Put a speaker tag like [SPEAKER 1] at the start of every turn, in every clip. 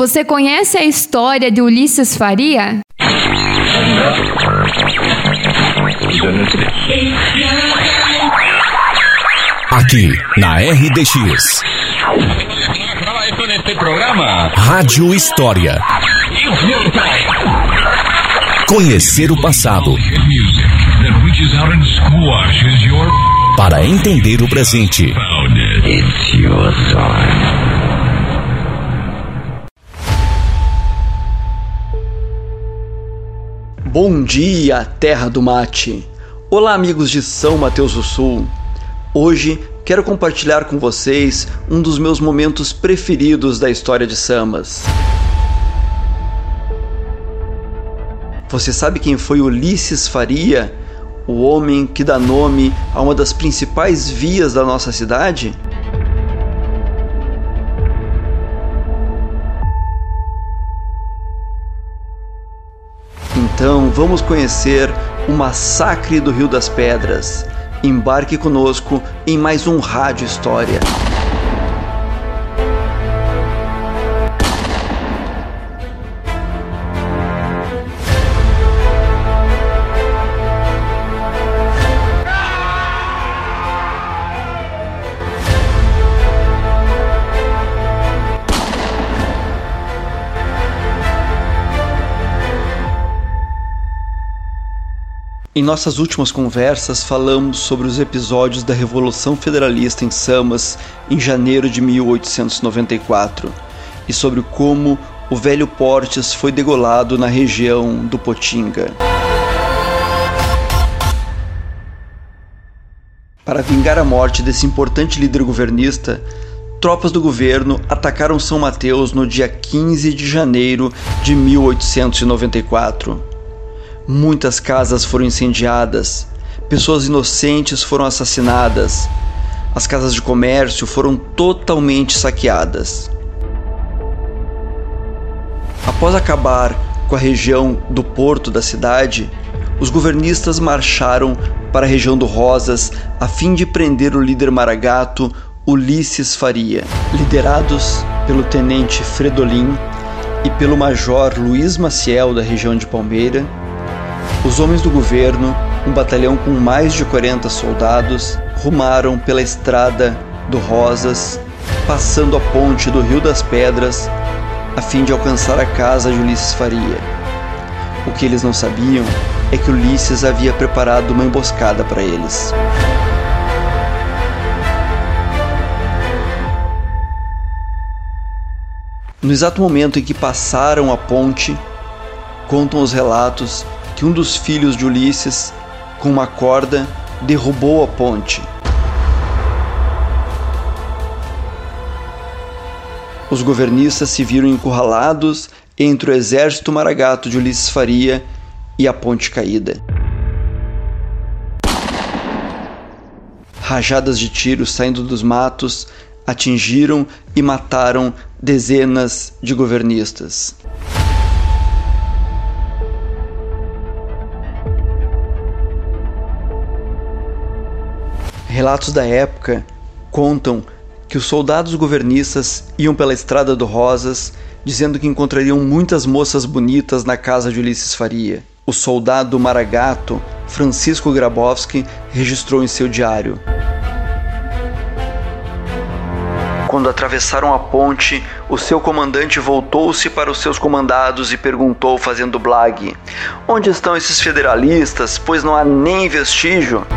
[SPEAKER 1] Você conhece a história de Ulisses Faria?
[SPEAKER 2] Aqui na RDX. Rádio História. Conhecer o passado para entender o presente.
[SPEAKER 3] Bom dia, terra do mate! Olá, amigos de São Mateus do Sul! Hoje quero compartilhar com vocês um dos meus momentos preferidos da história de Samas. Você sabe quem foi Ulisses Faria, o homem que dá nome a uma das principais vias da nossa cidade? Então vamos conhecer o massacre do Rio das Pedras. Embarque conosco em mais um Rádio História. Em nossas últimas conversas, falamos sobre os episódios da Revolução Federalista em Samas, em janeiro de 1894, e sobre como o Velho Portes foi degolado na região do Potinga. Para vingar a morte desse importante líder governista, tropas do governo atacaram São Mateus no dia 15 de janeiro de 1894. Muitas casas foram incendiadas, pessoas inocentes foram assassinadas, as casas de comércio foram totalmente saqueadas. Após acabar com a região do porto da cidade, os governistas marcharam para a região do Rosas a fim de prender o líder maragato Ulisses Faria. Liderados pelo tenente Fredolin e pelo major Luiz Maciel da região de Palmeira, os homens do governo, um batalhão com mais de 40 soldados, rumaram pela estrada do Rosas, passando a ponte do Rio das Pedras, a fim de alcançar a casa de Ulisses Faria. O que eles não sabiam é que Ulisses havia preparado uma emboscada para eles. No exato momento em que passaram a ponte, contam os relatos que um dos filhos de Ulisses, com uma corda, derrubou a ponte. Os governistas se viram encurralados entre o exército maragato de Ulisses Faria e a ponte caída. Rajadas de tiros saindo dos matos atingiram e mataram dezenas de governistas. Relatos da época contam que os soldados governistas iam pela estrada do Rosas, dizendo que encontrariam muitas moças bonitas na casa de Ulisses Faria. O soldado maragato Francisco Grabowski registrou em seu diário: quando atravessaram a ponte, o seu comandante voltou-se para os seus comandados e perguntou, fazendo blague: onde estão esses federalistas, pois não há nem vestígio?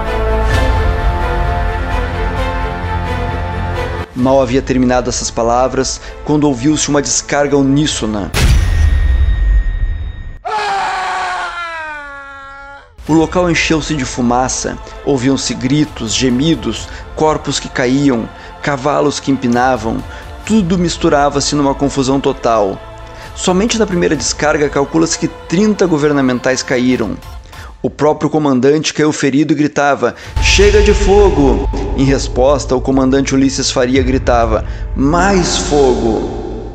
[SPEAKER 3] Mal havia terminado essas palavras, quando ouviu-se uma descarga uníssona. O local encheu-se de fumaça, ouviam-se gritos, gemidos, corpos que caíam, cavalos que empinavam, tudo misturava-se numa confusão total. Somente na primeira descarga calcula-se que 30 governamentais caíram. O próprio comandante caiu ferido e gritava: chega de fogo! Em resposta, o comandante Ulisses Faria gritava: mais fogo!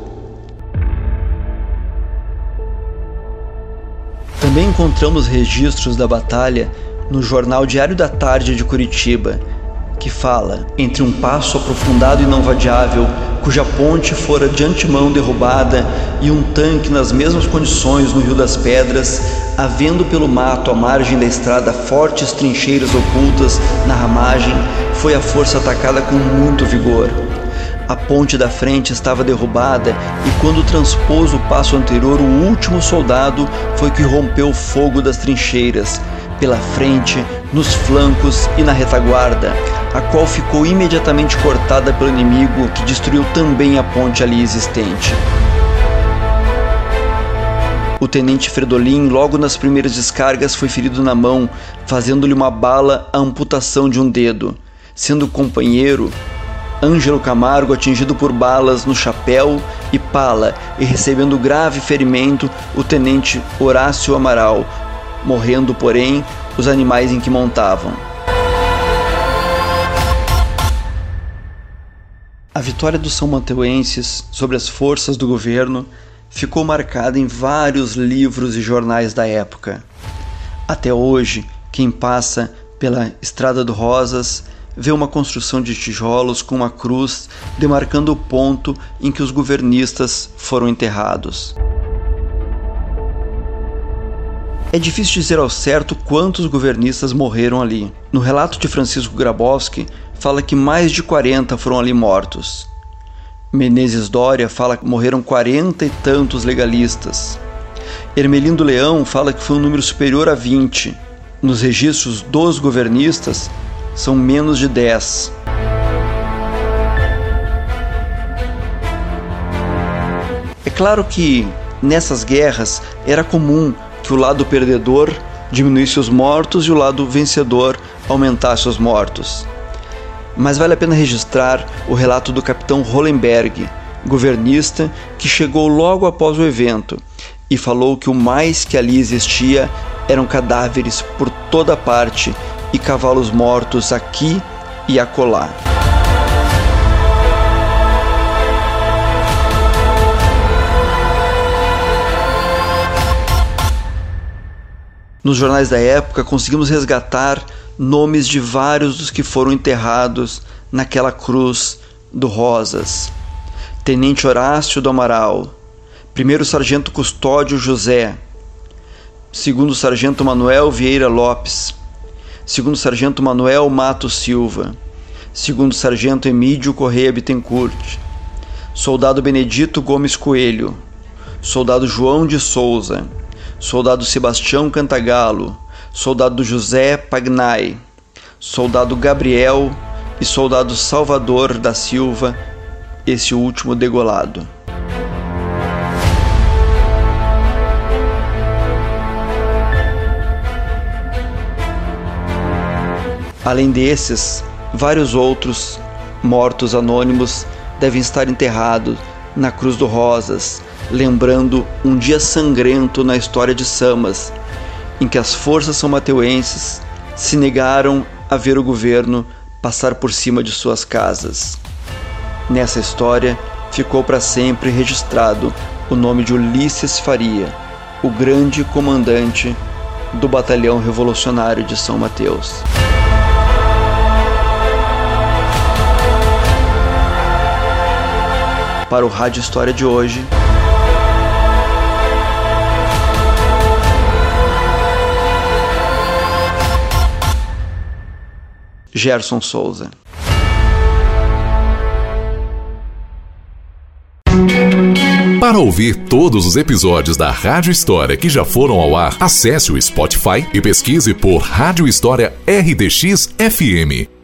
[SPEAKER 3] Também encontramos registros da batalha no jornal Diário da Tarde de Curitiba, que fala: entre um passo aprofundado e não vadiável, cuja ponte fora de antemão derrubada, e um tanque nas mesmas condições no Rio das Pedras, havendo pelo mato à margem da estrada fortes trincheiras ocultas na ramagem, foi a força atacada com muito vigor. A ponte da frente estava derrubada e quando transpôs o passo anterior, o último soldado foi que rompeu o fogo das trincheiras, pela frente, nos flancos e na retaguarda, a qual ficou imediatamente cortada pelo inimigo, que destruiu também a ponte ali existente. O tenente Fredolin, logo nas primeiras descargas, foi ferido na mão, fazendo-lhe uma bala a amputação de um dedo, sendo o companheiro Ângelo Camargo atingido por balas no chapéu e pala e recebendo grave ferimento o tenente Horácio Amaral, morrendo, porém, os animais em que montavam. A vitória dos são-mateuenses sobre as forças do governo ficou marcada em vários livros e jornais da época. Até hoje, quem passa pela Estrada do Rosas vê uma construção de tijolos com uma cruz demarcando o ponto em que os governistas foram enterrados. É difícil dizer ao certo quantos governistas morreram ali. No relato de Francisco Grabowski, fala que mais de 40 foram ali mortos. Menezes Doria fala que morreram 40 e tantos legalistas. Hermelindo Leão fala que foi um número superior a 20. Nos registros dos governistas, são menos de 10. É claro que nessas guerras era comum que o lado perdedor diminuísse os mortos e o lado vencedor aumentasse os mortos. Mas vale a pena registrar o relato do capitão Hollenberg, governista, que chegou logo após o evento e falou que o mais que ali existia eram cadáveres por toda parte e cavalos mortos aqui e acolá. Nos jornais da época conseguimos resgatar nomes de vários dos que foram enterrados naquela cruz do Rosas. Tenente Horácio do Amaral, 1º Sargento Custódio José, 2º Sargento Manuel Vieira Lopes, 2º Sargento Manuel Matos Silva, 2º Sargento Emídio Correia Bittencourt, Soldado Benedito Gomes Coelho, Soldado João de Souza, Soldado Sebastião Cantagalo, Soldado José Pagnai, Soldado Gabriel e Soldado Salvador da Silva, esse último degolado. Além desses, vários outros mortos anônimos devem estar enterrados na Cruz do Rosas, lembrando um dia sangrento na história de Samas, em que as forças são-mateuenses se negaram a ver o governo passar por cima de suas casas. Nessa história ficou para sempre registrado o nome de Ulisses Faria, o grande comandante do Batalhão Revolucionário de São Mateus. Para o Rádio História de hoje, Gerson Souza.
[SPEAKER 2] Para ouvir todos os episódios da Rádio História que já foram ao ar, acesse o Spotify e pesquise por Rádio História RDX FM.